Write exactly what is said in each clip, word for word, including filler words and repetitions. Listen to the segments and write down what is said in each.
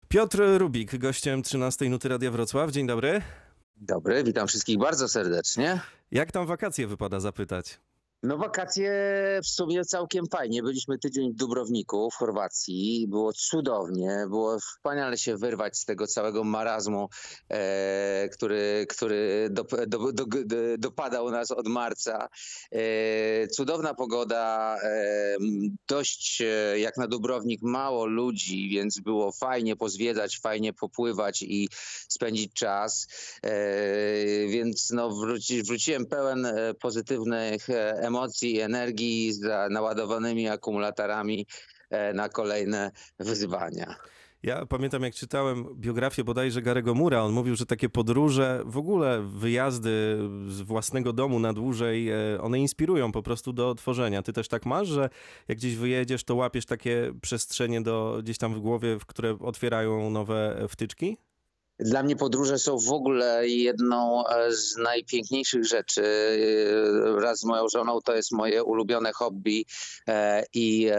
Piotr Rubik, gościem trzynastej Nuty Radia Wrocław. Dzień dobry. Dobry, witam wszystkich bardzo serdecznie. Jak tam wakacje, wypada zapytać? No wakacje w sumie całkiem fajnie. Byliśmy tydzień w Dubrowniku w Chorwacji. Było cudownie. Było wspaniale się wyrwać z tego całego marazmu, e, który, który do, do, do, do, dopadał nas od marca. E, cudowna pogoda, e, dość e, jak na Dubrownik mało ludzi, więc było fajnie pozwiedzać, fajnie popływać i spędzić czas. E, więc no wróci, wróciłem pełen e, pozytywnych e, emocji i energii z naładowanymi akumulatorami na kolejne wyzwania. Ja pamiętam, jak czytałem biografię bodajże Garego Moore'a, on mówił, że takie podróże, w ogóle wyjazdy z własnego domu na dłużej, one inspirują po prostu do tworzenia. Ty też tak masz, że jak gdzieś wyjedziesz, to łapiesz takie przestrzenie do, gdzieś tam w głowie, w które otwierają nowe wtyczki? Dla mnie podróże są w ogóle jedną z najpiękniejszych rzeczy. Wraz z moją żoną to jest moje ulubione hobby i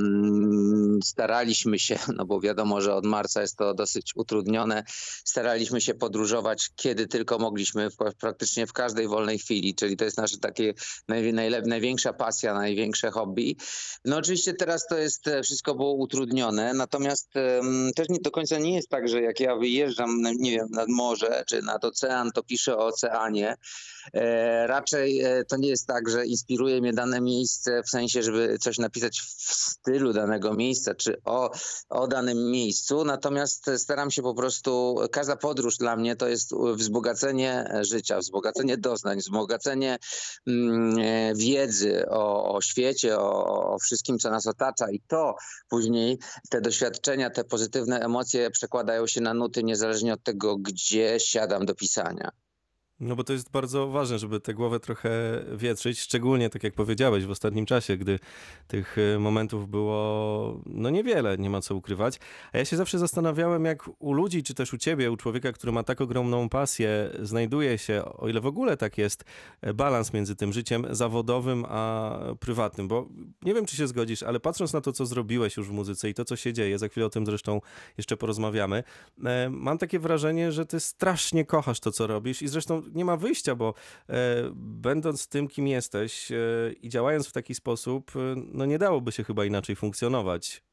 staraliśmy się, no bo wiadomo, że od marca jest to dosyć utrudnione, staraliśmy się podróżować kiedy tylko mogliśmy, praktycznie w każdej wolnej chwili, czyli to jest nasza takie najlep- największa pasja, największe hobby. No oczywiście teraz to jest wszystko było utrudnione, natomiast też nie do końca nie jest tak, że jak ja wyjeżdżam nie wiem, nad morze czy nad ocean, to piszę o oceanie. E, raczej e, to nie jest tak, że inspiruje mnie dane miejsce w sensie, żeby coś napisać w stylu danego miejsca czy o, o danym miejscu, natomiast staram się po prostu, każda podróż dla mnie to jest wzbogacenie życia, wzbogacenie doznań, wzbogacenie mm, wiedzy o, o świecie, o, o wszystkim, co nas otacza i to później te doświadczenia, te pozytywne emocje przekładają się na nuty niezależnie od tego, gdzie siadam do pisania. No bo to jest bardzo ważne, żeby tę głowę trochę wietrzyć, szczególnie tak jak powiedziałeś w ostatnim czasie, gdy tych momentów było no niewiele, nie ma co ukrywać. A ja się zawsze zastanawiałem, jak u ludzi, czy też u ciebie, u człowieka, który ma tak ogromną pasję, znajduje się, o ile w ogóle tak jest, balans między tym życiem zawodowym a prywatnym, bo nie wiem, czy się zgodzisz, ale patrząc na to, co zrobiłeś już w muzyce i to, co się dzieje, za chwilę o tym zresztą jeszcze porozmawiamy, mam takie wrażenie, że ty strasznie kochasz to, co robisz i zresztą nie ma wyjścia, bo e, będąc tym, kim jesteś e, i działając w taki sposób, e, no nie dałoby się chyba inaczej funkcjonować.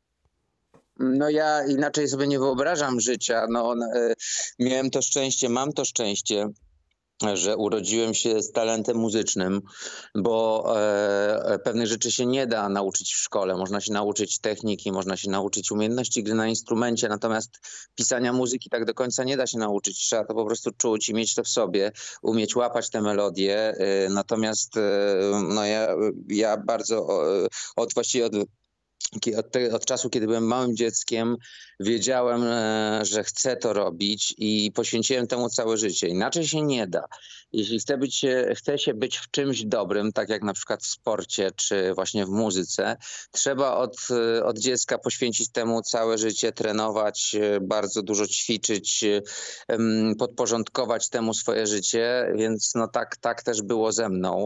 No ja inaczej sobie nie wyobrażam życia. No, e, miałem to szczęście, mam to szczęście, że urodziłem się z talentem muzycznym, bo e, pewnych rzeczy się nie da nauczyć w szkole. Można się nauczyć techniki, można się nauczyć umiejętności gry na instrumencie, natomiast pisania muzyki tak do końca nie da się nauczyć. Trzeba to po prostu czuć i mieć to w sobie, umieć łapać te melodie. E, natomiast e, no ja, ja bardzo e, od właściwie od Od, te, od czasu, kiedy byłem małym dzieckiem, wiedziałem, e, że chcę to robić i poświęciłem temu całe życie. Inaczej się nie da. Jeśli chce, być, chce się być w czymś dobrym, tak jak na przykład w sporcie czy właśnie w muzyce, trzeba od, od dziecka poświęcić temu całe życie, trenować, bardzo dużo ćwiczyć, em, podporządkować temu swoje życie, więc no tak, tak też było ze mną.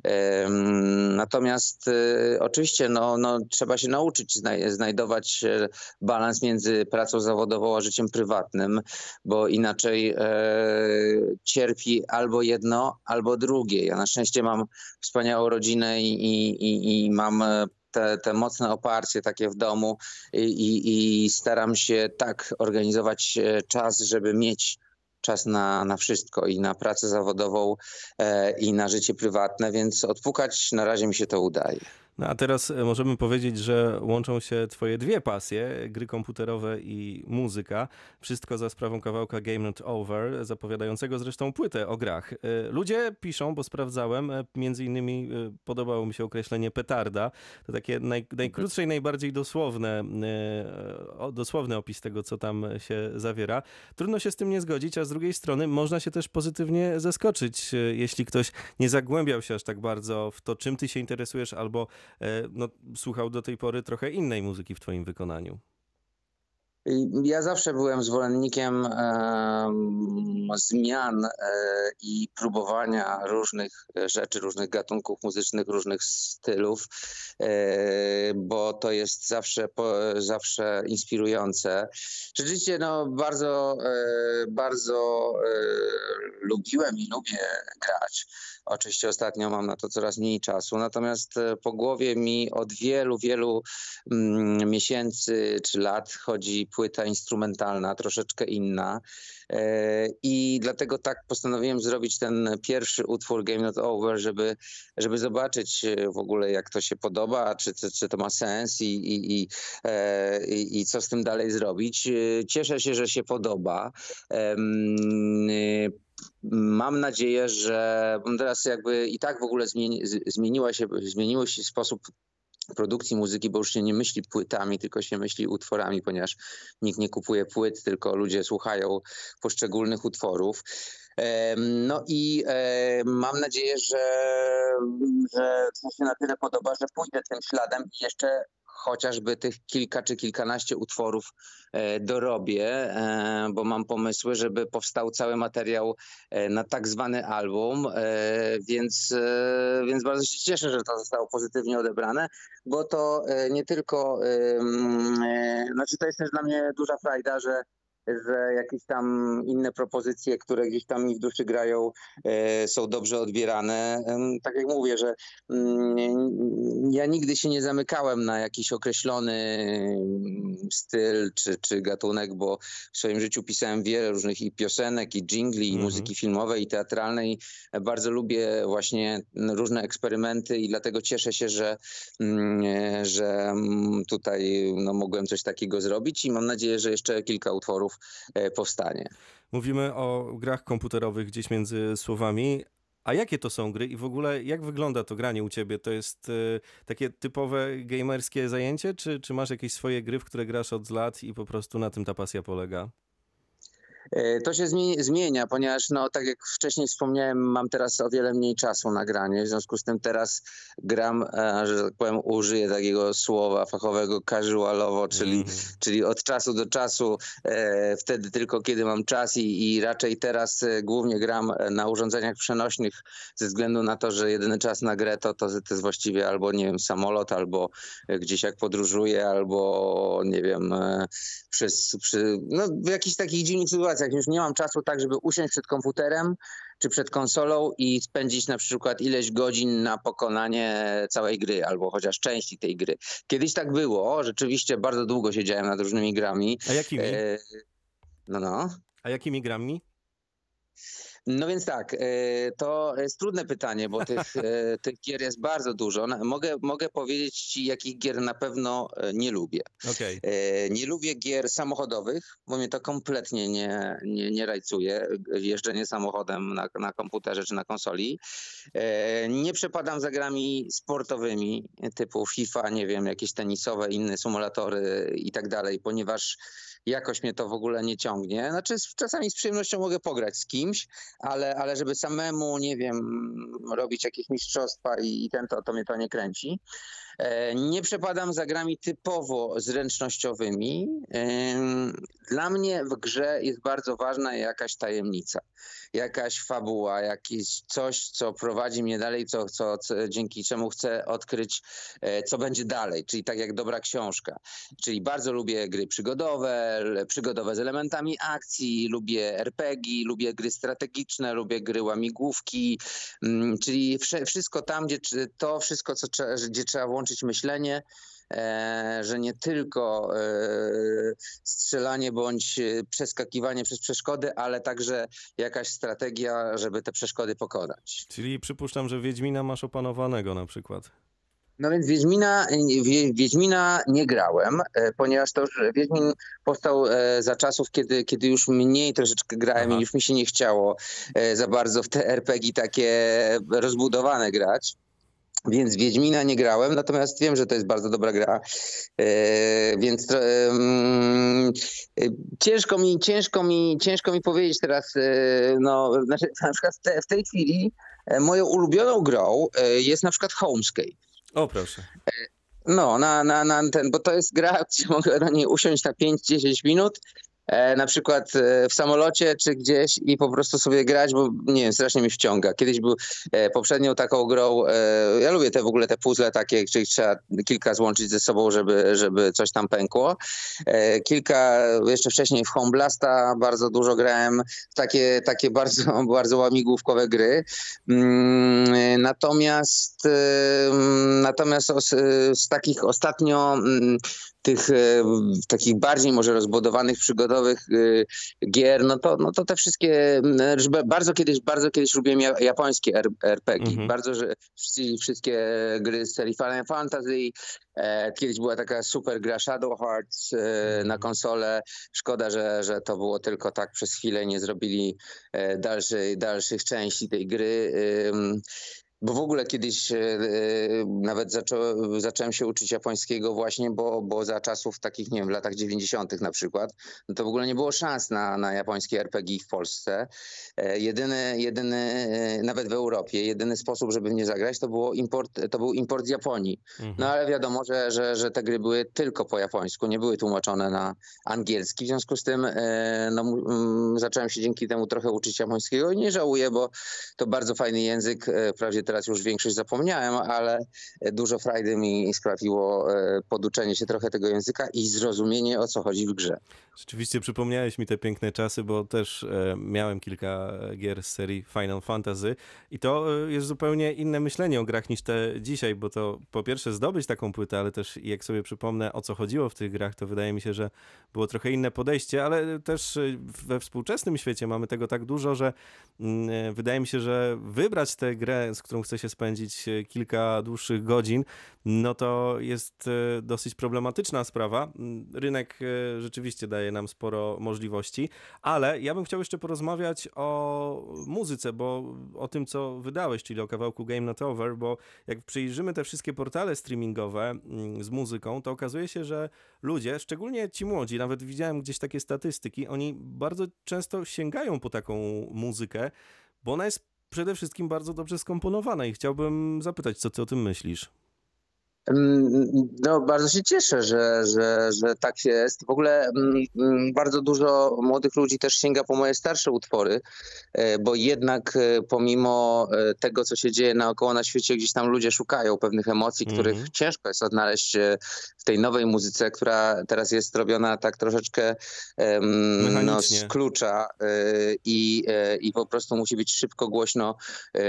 Em, natomiast e, oczywiście no, no, trzeba się nauczyć uczyć znajdować balans między pracą zawodową a życiem prywatnym, bo inaczej e, cierpi albo jedno, albo drugie. Ja na szczęście mam wspaniałą rodzinę i, i, i mam te, te mocne oparcie takie w domu i, i, i staram się tak organizować czas, żeby mieć czas na, na wszystko i na pracę zawodową e, i na życie prywatne, więc odpukać na razie mi się to udaje. No a teraz możemy powiedzieć, że łączą się twoje dwie pasje, gry komputerowe i muzyka. Wszystko za sprawą kawałka Game Not Over, zapowiadającego zresztą płytę o grach. Ludzie piszą, bo sprawdzałem, między innymi podobało mi się określenie petarda. To takie naj, najkrótsze i najbardziej dosłowne, dosłowny opis tego, co tam się zawiera. Trudno się z tym nie zgodzić, a z drugiej strony można się też pozytywnie zaskoczyć, jeśli ktoś nie zagłębiał się aż tak bardzo w to, czym ty się interesujesz, albo no, słuchał do tej pory trochę innej muzyki w twoim wykonaniu. Ja zawsze byłem zwolennikiem em, zmian e, i próbowania różnych rzeczy, różnych gatunków muzycznych, różnych stylów, e, bo to jest zawsze, po, zawsze inspirujące. Rzeczywiście no, bardzo, e, bardzo e, lubiłem i lubię grać. Oczywiście ostatnio mam na to coraz mniej czasu, natomiast e, po głowie mi od wielu, wielu mm, miesięcy czy lat chodzi płyta instrumentalna, troszeczkę inna. E, I dlatego tak postanowiłem zrobić ten pierwszy utwór Game Not Over, żeby, żeby zobaczyć e, w ogóle jak to się podoba, czy, czy, czy to ma sens i, i, i, e, i, i co z tym dalej zrobić. E, Cieszę się, że się podoba. Em, e, Mam nadzieję, że bo teraz jakby i tak w ogóle zmieni, z- zmieniła się, zmienił się sposób produkcji muzyki, bo już się nie myśli płytami, tylko się myśli utworami, ponieważ nikt nie kupuje płyt, tylko ludzie słuchają poszczególnych utworów. Em, No i e, mam nadzieję, że, że to się na tyle podoba, że pójdę tym śladem i jeszcze chociażby tych kilka czy kilkanaście utworów e, dorobię, e, bo mam pomysły, żeby powstał cały materiał e, na tak zwany album, e, więc, e, więc bardzo się cieszę, że to zostało pozytywnie odebrane, bo to e, nie tylko, ym, e, znaczy to jest też dla mnie duża frajda, że że jakieś tam inne propozycje, które gdzieś tam mi w duszy grają, e, są dobrze odbierane. Em, Tak jak mówię, że mm, ja nigdy się nie zamykałem na jakiś określony mm, styl czy, czy gatunek, bo w swoim życiu pisałem wiele różnych i piosenek, i dżingli, i Mhm. muzyki filmowej, i teatralnej. Bardzo lubię właśnie różne eksperymenty i dlatego cieszę się, że, mm, e, że mm, tutaj no, mogłem coś takiego zrobić i mam nadzieję, że jeszcze kilka utworów e, powstanie. Mówimy o grach komputerowych gdzieś między słowami. A jakie to są gry i w ogóle jak wygląda to granie u ciebie? To jest y, takie typowe gamerskie zajęcie, czy, czy masz jakieś swoje gry, w które grasz od lat i po prostu na tym ta pasja polega? E, To się zmieni- zmienia, ponieważ no, tak jak wcześniej wspomniałem, mam teraz o wiele mniej czasu na granie. W związku z tym teraz gram, e, że tak powiem, użyję takiego słowa fachowego casualowo, czyli, Mhm. czyli od czasu do czasu, e, wtedy tylko kiedy mam czas i, i raczej teraz e, głównie gram e, na urządzeniach przenośnych ze względu na to, że jedyny czas na grę to, to, to jest właściwie albo, nie wiem, samolot, albo e, gdzieś jak podróżuję, albo, nie wiem, e, przez, przy, no, w jakichś takich dziwnych sytuacjach. Już nie mam czasu tak, żeby usiąść przed komputerem czy przed konsolą i spędzić na przykład ileś godzin na pokonanie całej gry albo chociaż części tej gry. Kiedyś tak było, rzeczywiście bardzo długo siedziałem nad różnymi grami. A jakimi? E, No, no. A jakimi grami? No więc tak, e, to jest trudne pytanie, bo tych, e, tych gier jest bardzo dużo. Na- Mogę, mogę powiedzieć ci, jakich gier na pewno e, nie lubię. Okej. E, Nie lubię gier samochodowych, bo mnie to kompletnie nie, nie, nie rajcuje, jeżdżenie samochodem na, na komputerze czy na konsoli. E, Nie przepadam za grami sportowymi typu FIFA, nie wiem, jakieś tenisowe, inne symulatory i tak dalej, ponieważ jakoś mnie to w ogóle nie ciągnie. Znaczy z- czasami z przyjemnością mogę pograć z kimś, ale, ale żeby samemu, nie wiem, robić jakieś mistrzostwa i, i ten, to, to mnie to nie kręci. E, Nie przepadam za grami typowo zręcznościowymi. Ym, Dla mnie w grze jest bardzo ważna jakaś tajemnica, jakaś fabuła, jakieś coś, co prowadzi mnie dalej, co, co, co, dzięki czemu chcę odkryć, e, co będzie dalej, czyli tak jak dobra książka. Czyli bardzo lubię gry przygodowe, l- przygodowe z elementami akcji, lubię er pe gie, lubię gry strategiczne, lubię gry łamigłówki, Mm, czyli wsze- wszystko tam, gdzie czy- to wszystko, co trzeba, gdzie trzeba włączyć myślenie, e, że nie tylko e, strzelanie bądź e, przeskakiwanie przez przeszkody, ale także jakaś strategia, żeby te przeszkody pokonać. Czyli przypuszczam, że Wiedźmina masz opanowanego na przykład. No więc Wiedźmina, Wie- Wiedźmina nie grałem, e, ponieważ to już Wiedźmin powstał e, za czasów, kiedy, kiedy już mniej troszeczkę grałem i Aha. już mi się nie chciało e, za bardzo w te er pe gie takie rozbudowane grać. Więc Wiedźmina nie grałem, natomiast wiem, że to jest bardzo dobra gra. E, więc tro- em, e, ciężko mi, ciężko mi, ciężko mi powiedzieć teraz, e, no, znaczy, na przykład w, te, w tej chwili e, moją ulubioną grą e, jest na przykład Homescape. O, proszę. No, na, na, na ten, bo to jest gra, gdzie mogę na niej usiąść na pięć dziesięć minut, e, na przykład e, w samolocie czy gdzieś i po prostu sobie grać, bo nie wiem, strasznie mi wciąga. Kiedyś był e, poprzednią taką grą, e, ja lubię te w ogóle te puzzle takie, czyli trzeba kilka złączyć ze sobą, żeby, żeby coś tam pękło. E, kilka, jeszcze wcześniej w Home Blasta bardzo dużo grałem, w takie, takie bardzo, bardzo łamigłówkowe gry. Mm, natomiast e, natomiast os, z takich ostatnio mm, tych e, takich bardziej może rozbudowanych, przygodowych e, gier, no to, no to te wszystkie, mm, że ba- bardzo kiedyś, bardzo kiedyś lubiłem ja, japońskie R- er pe gie. Mhm. Bardzo, że wszyscy- wszystkie gry z serii Final Fantasy. E, kiedyś była taka super gra Shadow Hearts e, na konsolę. Szkoda, że, że to było tylko tak przez chwilę, nie zrobili e, dalszej, dalszych części tej gry. Ym, bo w ogóle kiedyś e, e, nawet zaczą, zacząłem się uczyć japońskiego właśnie, bo, bo za czasów takich, nie wiem, w latach dziewięćdziesiątych na przykład, no to w ogóle nie było szans na, na japońskie er pe gie w Polsce. E, jedyny, jedyny, e, nawet w Europie, jedyny sposób, żeby w nie zagrać, to, było import, to był import z Japonii. No Mhm. ale wiadomo, że, że, że te gry były tylko po japońsku, nie były tłumaczone na angielski. W związku z tym e, no, m, zacząłem się dzięki temu trochę uczyć japońskiego i nie żałuję, bo to bardzo fajny język. E, Wprawdzie teraz już większość zapomniałem, ale dużo frajdy mi sprawiło e, poduczenie się trochę tego języka i zrozumienie, o co chodzi w grze. Rzeczywiście przypomniałeś mi te piękne czasy, bo też e, miałem kilka gier z serii Final Fantasy i to e, jest zupełnie inne myślenie o grach niż te dzisiaj, bo to po pierwsze zdobyć taką płytę, ale też jak sobie przypomnę, o co chodziło w tych grach, to wydaje mi się, że było trochę inne podejście, ale też e, we współczesnym świecie mamy tego tak dużo, że mm, e, wydaje mi się, że wybrać tę grę, z którą chce się spędzić e, kilka dłuższych godzin, no to jest e, dosyć problematyczna sprawa. Mm, Rynek e, rzeczywiście daje nam sporo możliwości, ale ja bym chciał jeszcze porozmawiać o muzyce, bo o tym, co wydałeś, czyli o kawałku Game Not Over, bo jak przyjrzymy te wszystkie portale streamingowe mm, z muzyką, to okazuje się, że ludzie, szczególnie ci młodzi, nawet widziałem gdzieś takie statystyki, oni bardzo często sięgają po taką muzykę, bo ona jest przede wszystkim bardzo dobrze skomponowana i chciałbym zapytać, co ty o tym myślisz? Mm, No, bardzo się cieszę, że, że, że tak jest. W ogóle mm, mm, bardzo dużo młodych ludzi też sięga po moje starsze utwory, e, bo jednak e, pomimo e, tego, co się dzieje naokoło na świecie, gdzieś tam ludzie szukają pewnych emocji, których Mhm. ciężko jest odnaleźć e, w tej nowej muzyce, która teraz jest robiona tak troszeczkę em, no, z Mechanicznie. klucza e, i, e, i po prostu musi być szybko, głośno e,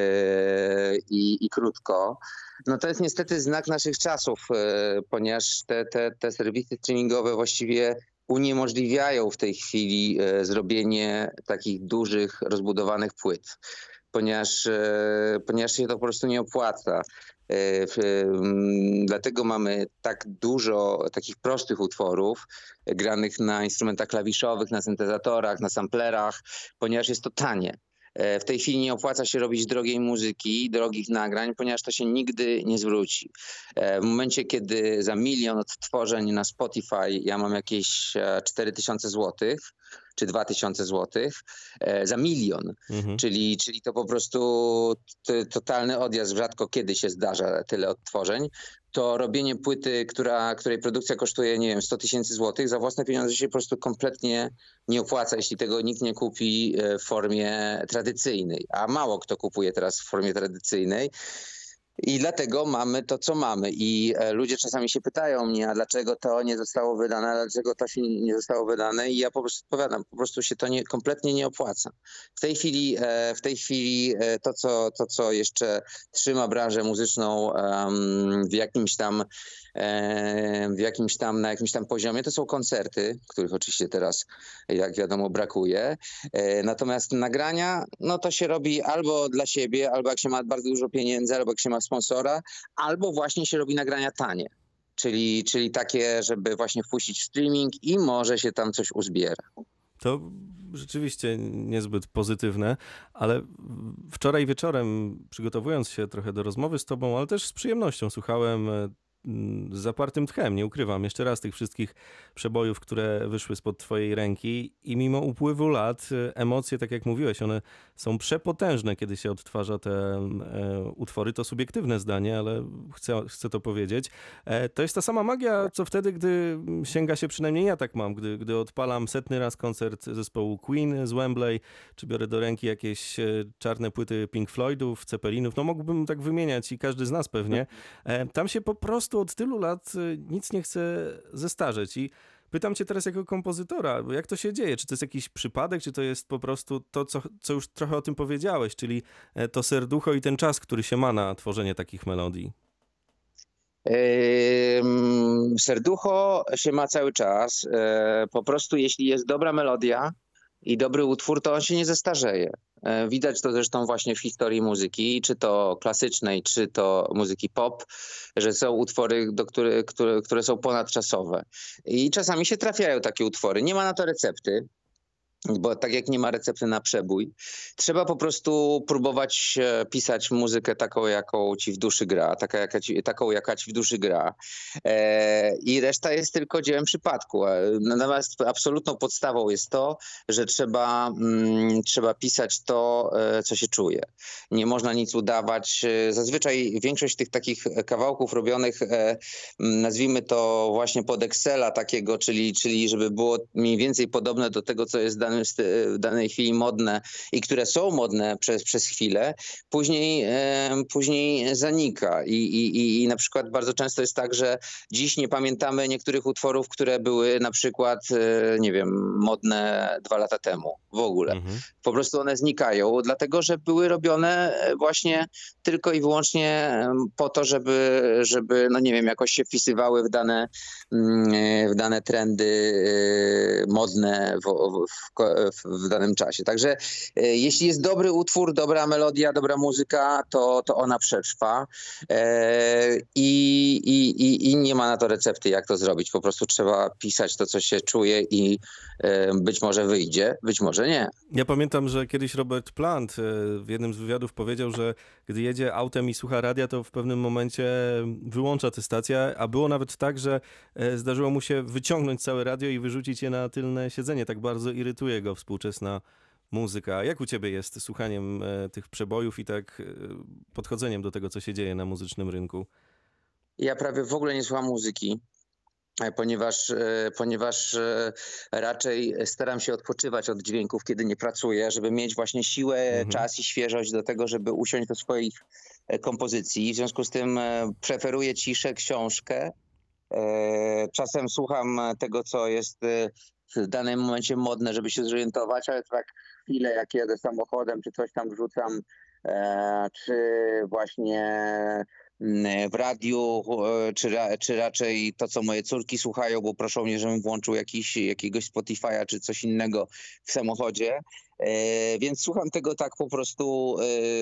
i, i krótko. No to jest niestety znak naszych czasów, e, ponieważ te, te, te serwisy streamingowe właściwie uniemożliwiają w tej chwili e, zrobienie takich dużych, rozbudowanych płyt, ponieważ, e, ponieważ się to po prostu nie opłaca. E, w- mm, Dlatego mamy tak dużo takich prostych utworów e, granych na instrumentach klawiszowych, na syntezatorach, na samplerach, ponieważ jest to tanie. E, W tej chwili nie opłaca się robić drogiej muzyki, drogich nagrań, ponieważ to się nigdy nie zwróci. E, W momencie, kiedy za milion odtworzeń na Spotify ja mam jakieś e, cztery tysiące złotych, czy dwa tysiące złotych, e, za milion, Mhm. czyli, czyli to po prostu t- totalny odjazd, rzadko kiedy się zdarza tyle odtworzeń, to robienie płyty, która, której produkcja kosztuje, nie wiem, sto tysięcy złotych, za własne pieniądze się po prostu kompletnie nie opłaca, jeśli tego nikt nie kupi e, w formie tradycyjnej. A mało kto kupuje teraz w formie tradycyjnej. I dlatego mamy to, co mamy. I e, ludzie czasami się pytają mnie, a dlaczego to nie zostało wydane, a dlaczego to się nie zostało wydane. I ja po prostu odpowiadam, po prostu się to nie, kompletnie nie opłaca. W tej chwili, e, w tej chwili e, to, co, to, co jeszcze trzyma branżę muzyczną em, w jakimś tam, e, w jakimś tam, na jakimś tam poziomie, to są koncerty, których oczywiście teraz, jak wiadomo, brakuje. E, Natomiast nagrania, no to się robi albo dla siebie, albo jak się ma bardzo dużo pieniędzy, albo jak się ma sponsora, albo właśnie się robi nagrania tanie. Czyli, czyli takie, żeby właśnie wpuścić w streaming i może się tam coś uzbiera. To rzeczywiście niezbyt pozytywne, ale wczoraj wieczorem, przygotowując się trochę do rozmowy z tobą, ale też z przyjemnością słuchałem e, z zapartym tchem, nie ukrywam, jeszcze raz tych wszystkich przebojów, które wyszły spod twojej ręki i mimo upływu lat emocje, tak jak mówiłeś, one są przepotężne, kiedy się odtwarza te e, utwory. To subiektywne zdanie, ale chcę, chcę to powiedzieć. E, to jest ta sama magia, co wtedy, gdy sięga się, przynajmniej ja tak mam, gdy, gdy odpalam setny raz koncert zespołu Queen z Wembley, czy biorę do ręki jakieś e, czarne płyty Pink Floydów, Zeppelinów, no mógłbym tak wymieniać i każdy z nas pewnie. E, tam się po prostu od tylu lat e, nic nie chce zestarzeć i pytam cię teraz jako kompozytora, jak to się dzieje? Czy to jest jakiś przypadek, czy to jest po prostu to, co, co już trochę o tym powiedziałeś, czyli to serducho i ten czas, który się ma na tworzenie takich melodii? Ym, serducho się ma cały czas. E, Po prostu jeśli jest dobra melodia i dobry utwór, to on się nie zestarzeje. E, Widać to zresztą właśnie w historii muzyki, czy to klasycznej, czy to muzyki pop, że są utwory, do które, które, które są ponadczasowe. I czasami się trafiają takie utwory. Nie ma na to recepty. Bo tak jak nie ma recepty na przebój, trzeba po prostu próbować e, pisać muzykę taką, jaką ci w duszy gra, taka, jaka ci, taką, jaka ci w duszy gra. E, I reszta jest tylko dziełem przypadku. E, Natomiast absolutną podstawą jest to, że trzeba, mm, trzeba pisać to, e, co się czuje. Nie można nic udawać. E, Zazwyczaj większość tych takich kawałków robionych, e, nazwijmy to właśnie pod Excela takiego, czyli, czyli żeby było mniej więcej podobne do tego, co jest dane w danej chwili modne i które są modne przez, przez chwilę, później, e, później zanika. I, i, I na przykład bardzo często jest tak, że dziś nie pamiętamy niektórych utworów, które były na przykład, e, nie wiem, modne dwa lata temu w ogóle. Mhm. Po prostu one znikają, dlatego że były robione właśnie tylko i wyłącznie po to, żeby, żeby no nie wiem, jakoś się wpisywały w dane, w dane trendy e, modne w, w, w danym czasie. Także e, jeśli jest dobry utwór, dobra melodia, dobra muzyka, to, to ona przetrwa e, i, i, i nie ma na to recepty, jak to zrobić. Po prostu trzeba pisać to, co się czuje i e, być może wyjdzie, być może nie. Ja pamiętam, że kiedyś Robert Plant e, w jednym z wywiadów powiedział, że gdy jedzie autem i słucha radia, to w pewnym momencie wyłącza tę stację, a było nawet tak, że e, zdarzyło mu się wyciągnąć całe radio i wyrzucić je na tylne siedzenie. Tak bardzo irytuje go współczesna muzyka. Jak u ciebie jest z słuchaniem e, tych przebojów i tak e, podchodzeniem do tego, co się dzieje na muzycznym rynku? Ja prawie w ogóle nie słucham muzyki. e, Ponieważ, e, ponieważ e, raczej staram się odpoczywać od dźwięków, kiedy nie pracuję, żeby mieć właśnie siłę, Mhm. czas i świeżość do tego, żeby usiąść do swoich e, kompozycji. W związku z tym e, preferuję ciszę, książkę. E, Czasem słucham tego, co jest e, w danym momencie modne, żeby się zorientować, ale to tak chwilę, jak jedę samochodem, czy coś tam wrzucam, e, czy właśnie mm, w radiu, e, czy, ra, czy raczej to, co moje córki słuchają, bo proszą mnie, żebym włączył jakiś, jakiegoś Spotify'a czy coś innego w samochodzie. E, Więc słucham tego tak po prostu,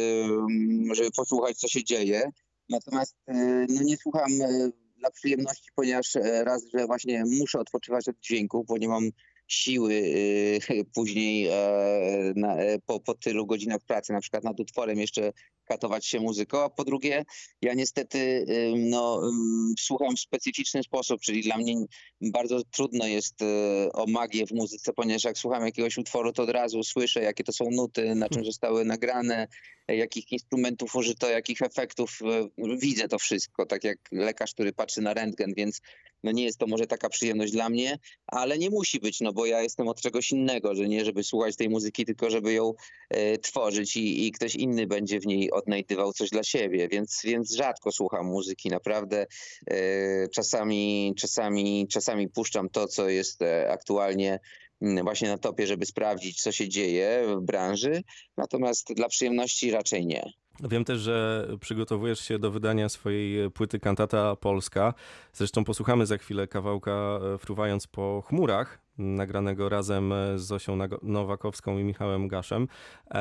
e, żeby posłuchać, co się dzieje. Natomiast e, no nie słucham e, dla przyjemności, ponieważ e, raz, że właśnie muszę odpoczywać od dźwięków, bo nie mam siły e, później e, na, e, po, po tylu godzinach pracy, na przykład nad utworem jeszcze katować się muzyką, a po drugie ja niestety e, no, m, słucham w specyficzny sposób, czyli dla mnie bardzo trudno jest e, o magię w muzyce, ponieważ jak słucham jakiegoś utworu, to od razu słyszę, jakie to są nuty, na czym zostały nagrane, e, jakich instrumentów użyto, jakich efektów. e, Widzę to wszystko, tak jak lekarz, który patrzy na rentgen, więc no nie jest to może taka przyjemność dla mnie, ale nie musi być, no bo ja jestem od czegoś innego, że nie żeby słuchać tej muzyki, tylko żeby ją e, tworzyć i, i ktoś inny będzie w niej odnajdywał coś dla siebie, więc, więc rzadko słucham muzyki, naprawdę. E, czasami, czasami, czasami puszczam to, co jest e, aktualnie mm, właśnie na topie, żeby sprawdzić, co się dzieje w branży, natomiast dla przyjemności raczej nie. Wiem też, że przygotowujesz się do wydania swojej płyty Kantata Polska. Zresztą posłuchamy za chwilę kawałka e, Fruwając po chmurach, nagranego razem z Zosią Nago- Nowakowską i Michałem Gaszem. E,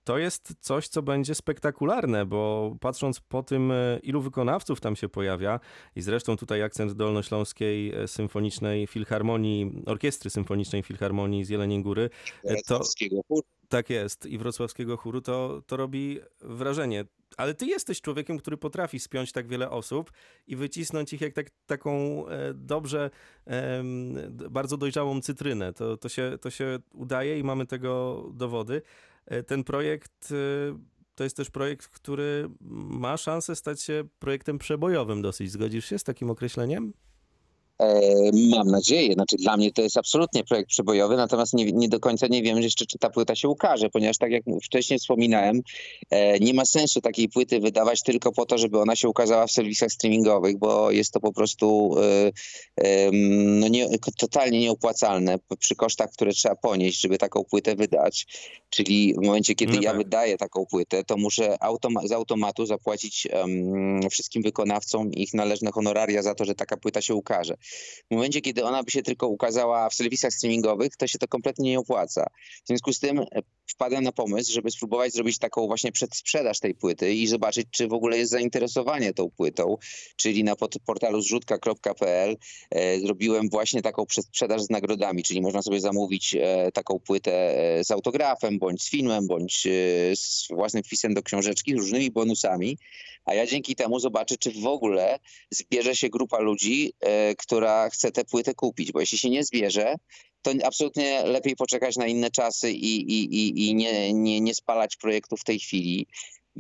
to jest coś, co będzie spektakularne, bo patrząc po tym, ilu wykonawców tam się pojawia i zresztą tutaj akcent Dolnośląskiej Symfonicznej Filharmonii, Orkiestry Symfonicznej Filharmonii z Jeleniej Góry, to tak jest i wrocławskiego chóru, to, to robi wrażenie. Ale ty jesteś człowiekiem, który potrafi spiąć tak wiele osób i wycisnąć ich jak tak, taką dobrze, bardzo dojrzałą cytrynę. To, to, się, to się udaje i mamy tego dowody. Ten projekt to jest też projekt, który ma szansę stać się projektem przebojowym dosyć. Zgodzisz się z takim określeniem? Mam nadzieję. Znaczy, dla mnie to jest absolutnie projekt przebojowy, natomiast nie, nie do końca nie wiem jeszcze, czy ta płyta się ukaże, ponieważ tak jak wcześniej wspominałem, nie ma sensu takiej płyty wydawać tylko po to, żeby ona się ukazała w serwisach streamingowych, bo jest to po prostu no nie, totalnie nieopłacalne przy kosztach, które trzeba ponieść, żeby taką płytę wydać. Czyli w momencie, kiedy no tak. ja wydaję taką płytę, to muszę automa- z automatu zapłacić um, wszystkim wykonawcom ich należne honoraria za to, że taka płyta się ukaże. W momencie, kiedy ona by się tylko ukazała w serwisach streamingowych, to się to kompletnie nie opłaca. W związku z tym wpadłem na pomysł, żeby spróbować zrobić taką właśnie przedsprzedaż tej płyty i zobaczyć, czy w ogóle jest zainteresowanie tą płytą. Czyli na portalu zrzutka kropka p l e, zrobiłem właśnie taką przedsprzedaż z nagrodami, czyli można sobie zamówić e, taką płytę e, z autografem, bądź z filmem, bądź e, z własnym wpisem do książeczki, z różnymi bonusami. A ja dzięki temu zobaczę, czy w ogóle zbierze się grupa ludzi, e, która chce tę płytę kupić. Bo jeśli się nie zbierze, to absolutnie lepiej poczekać na inne czasy i, i, i, i nie, nie, nie spalać projektu w tej chwili.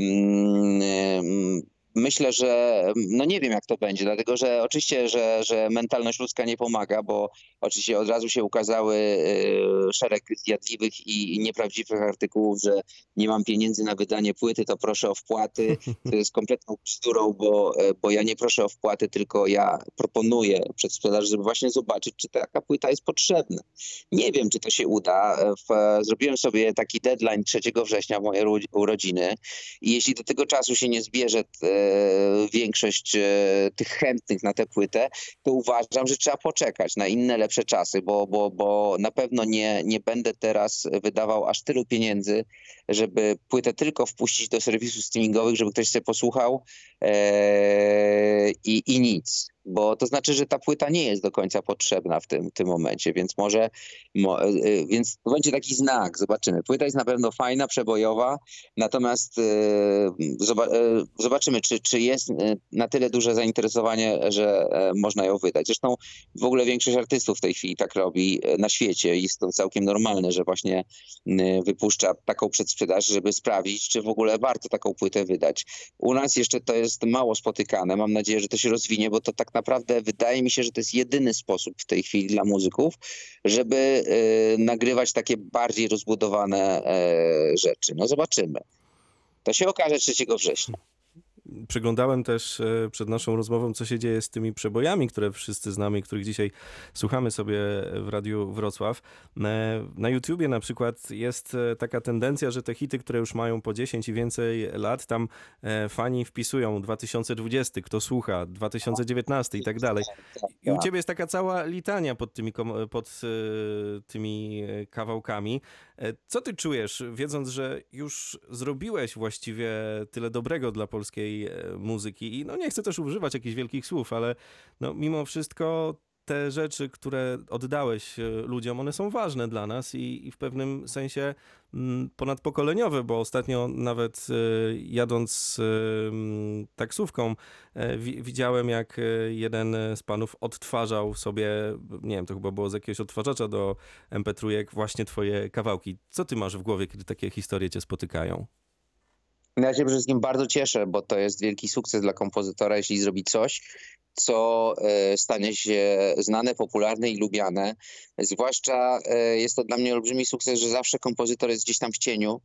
Myślę, że no nie wiem, jak to będzie, dlatego że oczywiście, że, że mentalność ludzka nie pomaga, bo oczywiście od razu się ukazały szereg zjadliwych i nieprawdziwych artykułów, że nie mam pieniędzy na wydanie płyty, to proszę o wpłaty. To jest kompletną bzdurą, bo, bo ja nie proszę o wpłaty, tylko ja proponuję przedsprzedaż, żeby właśnie zobaczyć, czy taka płyta jest potrzebna. Nie wiem, czy to się uda. Zrobiłem sobie taki deadline trzeciego września w moje urodziny i jeśli do tego czasu się nie zbierze większość tych chętnych na tę płytę, to uważam, że trzeba poczekać na inne, lepsze czasy, bo, bo, bo na pewno nie, nie będę teraz wydawał aż tylu pieniędzy, żeby płytę tylko wpuścić do serwisów streamingowych, żeby ktoś sobie posłuchał ee, i, i nic. Bo to znaczy, że ta płyta nie jest do końca potrzebna w tym, tym momencie, więc może, mo, więc to będzie taki znak, zobaczymy. Płyta jest na pewno fajna, przebojowa, natomiast e, zobaczymy, czy, czy jest na tyle duże zainteresowanie, że można ją wydać. Zresztą w ogóle większość artystów w tej chwili tak robi na świecie i jest to całkiem normalne, że właśnie wypuszcza taką przedsprzedaż, żeby sprawdzić, czy w ogóle warto taką płytę wydać. U nas jeszcze to jest mało spotykane, mam nadzieję, że to się rozwinie, bo to tak naprawdę wydaje mi się, że to jest jedyny sposób w tej chwili dla muzyków, żeby y, nagrywać takie bardziej rozbudowane y, rzeczy. No zobaczymy. To się okaże trzeciego września. Przeglądałem też przed naszą rozmową, co się dzieje z tymi przebojami, które wszyscy znamy i których dzisiaj słuchamy sobie w Radiu Wrocław. Na YouTubie na przykład jest taka tendencja, że te hity, które już mają po dziesięć i więcej lat, tam fani wpisują dwa tysiące dwudziesty, kto słucha, dwa tysiące dziewiętnasty i tak dalej. I u ciebie jest taka cała litania pod tymi, pod tymi kawałkami. Co ty czujesz, wiedząc, że już zrobiłeś właściwie tyle dobrego dla polskiej muzyki i no nie chcę też używać jakichś wielkich słów, ale no mimo wszystko te rzeczy, które oddałeś ludziom, one są ważne dla nas i, i w pewnym sensie mm, ponadpokoleniowe, bo ostatnio nawet y, jadąc y, taksówką y, wi- widziałem, jak jeden z panów odtwarzał sobie, nie wiem, to chyba było z jakiegoś odtwarzacza do em pe trzy właśnie twoje kawałki. Co ty masz w głowie, kiedy takie historie cię spotykają? Ja się przede wszystkim bardzo cieszę, bo to jest wielki sukces dla kompozytora, jeśli zrobi coś, co stanie się znane, popularne i lubiane. Zwłaszcza jest to dla mnie olbrzymi sukces, że zawsze kompozytor jest gdzieś tam w cieniu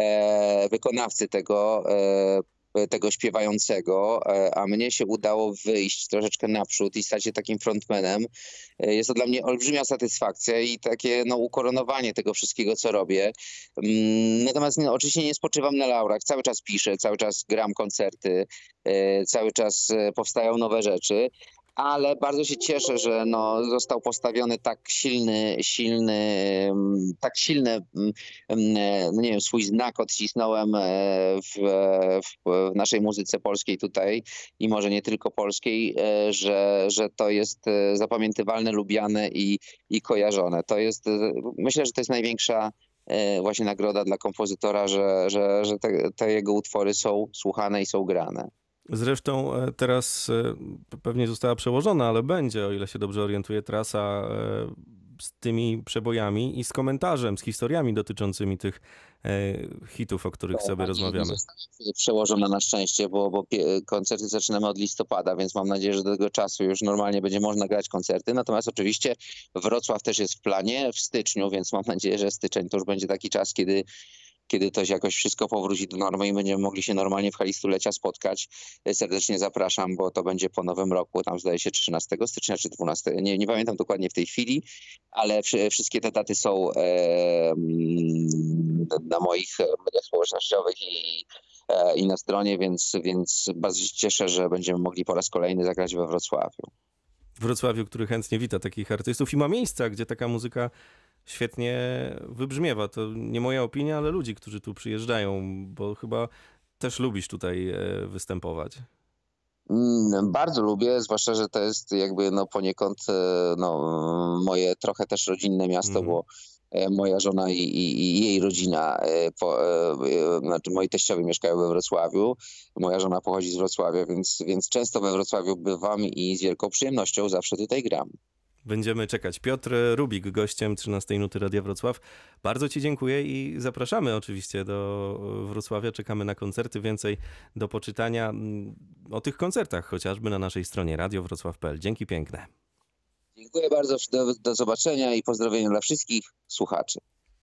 wykonawcy tego, tego śpiewającego, a mnie się udało wyjść troszeczkę naprzód i stać się takim frontmanem. Jest to dla mnie olbrzymia satysfakcja i takie no, ukoronowanie tego wszystkiego, co robię. Natomiast no, oczywiście nie spoczywam na laurach. Cały czas piszę, cały czas gram koncerty, cały czas powstają nowe rzeczy. ale bardzo się cieszę, że no, został postawiony tak silny, silny, mm, tak silny, mm, mm, no nie wiem, swój znak odcisnąłem e, w, w, w naszej muzyce polskiej tutaj i może nie tylko polskiej, e, że, że to jest e, zapamiętywalne, lubiane i, i kojarzone. To jest, e, myślę, że to jest największa e, właśnie nagroda dla kompozytora, że, że, że te, te jego utwory są słuchane i są grane. Zresztą e, teraz e, pewnie została przełożona, ale będzie, o ile się dobrze orientuję, trasa e, z tymi przebojami i z komentarzem, z historiami dotyczącymi tych e, hitów, o których sobie Nie rozmawiamy. zostanie przełożona na szczęście, bo, bo pie- koncerty zaczynamy od listopada, więc mam nadzieję, że do tego czasu już normalnie będzie można grać koncerty. Natomiast oczywiście Wrocław też jest w planie w styczniu, więc mam nadzieję, że styczeń to już będzie taki czas, kiedy kiedy to jakoś wszystko powróci do normy i będziemy mogli się normalnie w hali stulecia spotkać. Serdecznie zapraszam, bo to będzie po nowym roku, tam zdaje się trzynastego stycznia czy dwunastego, nie, nie pamiętam dokładnie w tej chwili, ale wszy- wszystkie te daty są e, mm, na moich mediach społecznościowych i, e, i na stronie, więc, więc bardzo się cieszę, że będziemy mogli po raz kolejny zagrać we Wrocławiu. W Wrocławiu, który chętnie wita takich artystów i ma miejsca, gdzie taka muzyka świetnie wybrzmiewa. To nie moja opinia, ale ludzi, którzy tu przyjeżdżają, bo chyba też lubisz tutaj e, występować. Mm, Bardzo lubię, zwłaszcza, że to jest jakby no poniekąd e, no, moje trochę też rodzinne miasto, Mhm. bo e, moja żona i, i, i jej rodzina, e, po, e, e, znaczy moi teściowie mieszkają we Wrocławiu, moja żona pochodzi z Wrocławia, więc, więc często we Wrocławiu bywam i z wielką przyjemnością zawsze tutaj gram. Będziemy czekać. Piotr Rubik, gościem trzynastej Nuty Radia Wrocław. Bardzo ci dziękuję i zapraszamy oczywiście do Wrocławia. Czekamy na koncerty. Więcej do poczytania mm, o tych koncertach, chociażby na naszej stronie radio wrocław kropka p l. Dzięki piękne. Dziękuję bardzo, do, do zobaczenia i pozdrowienia dla wszystkich słuchaczy.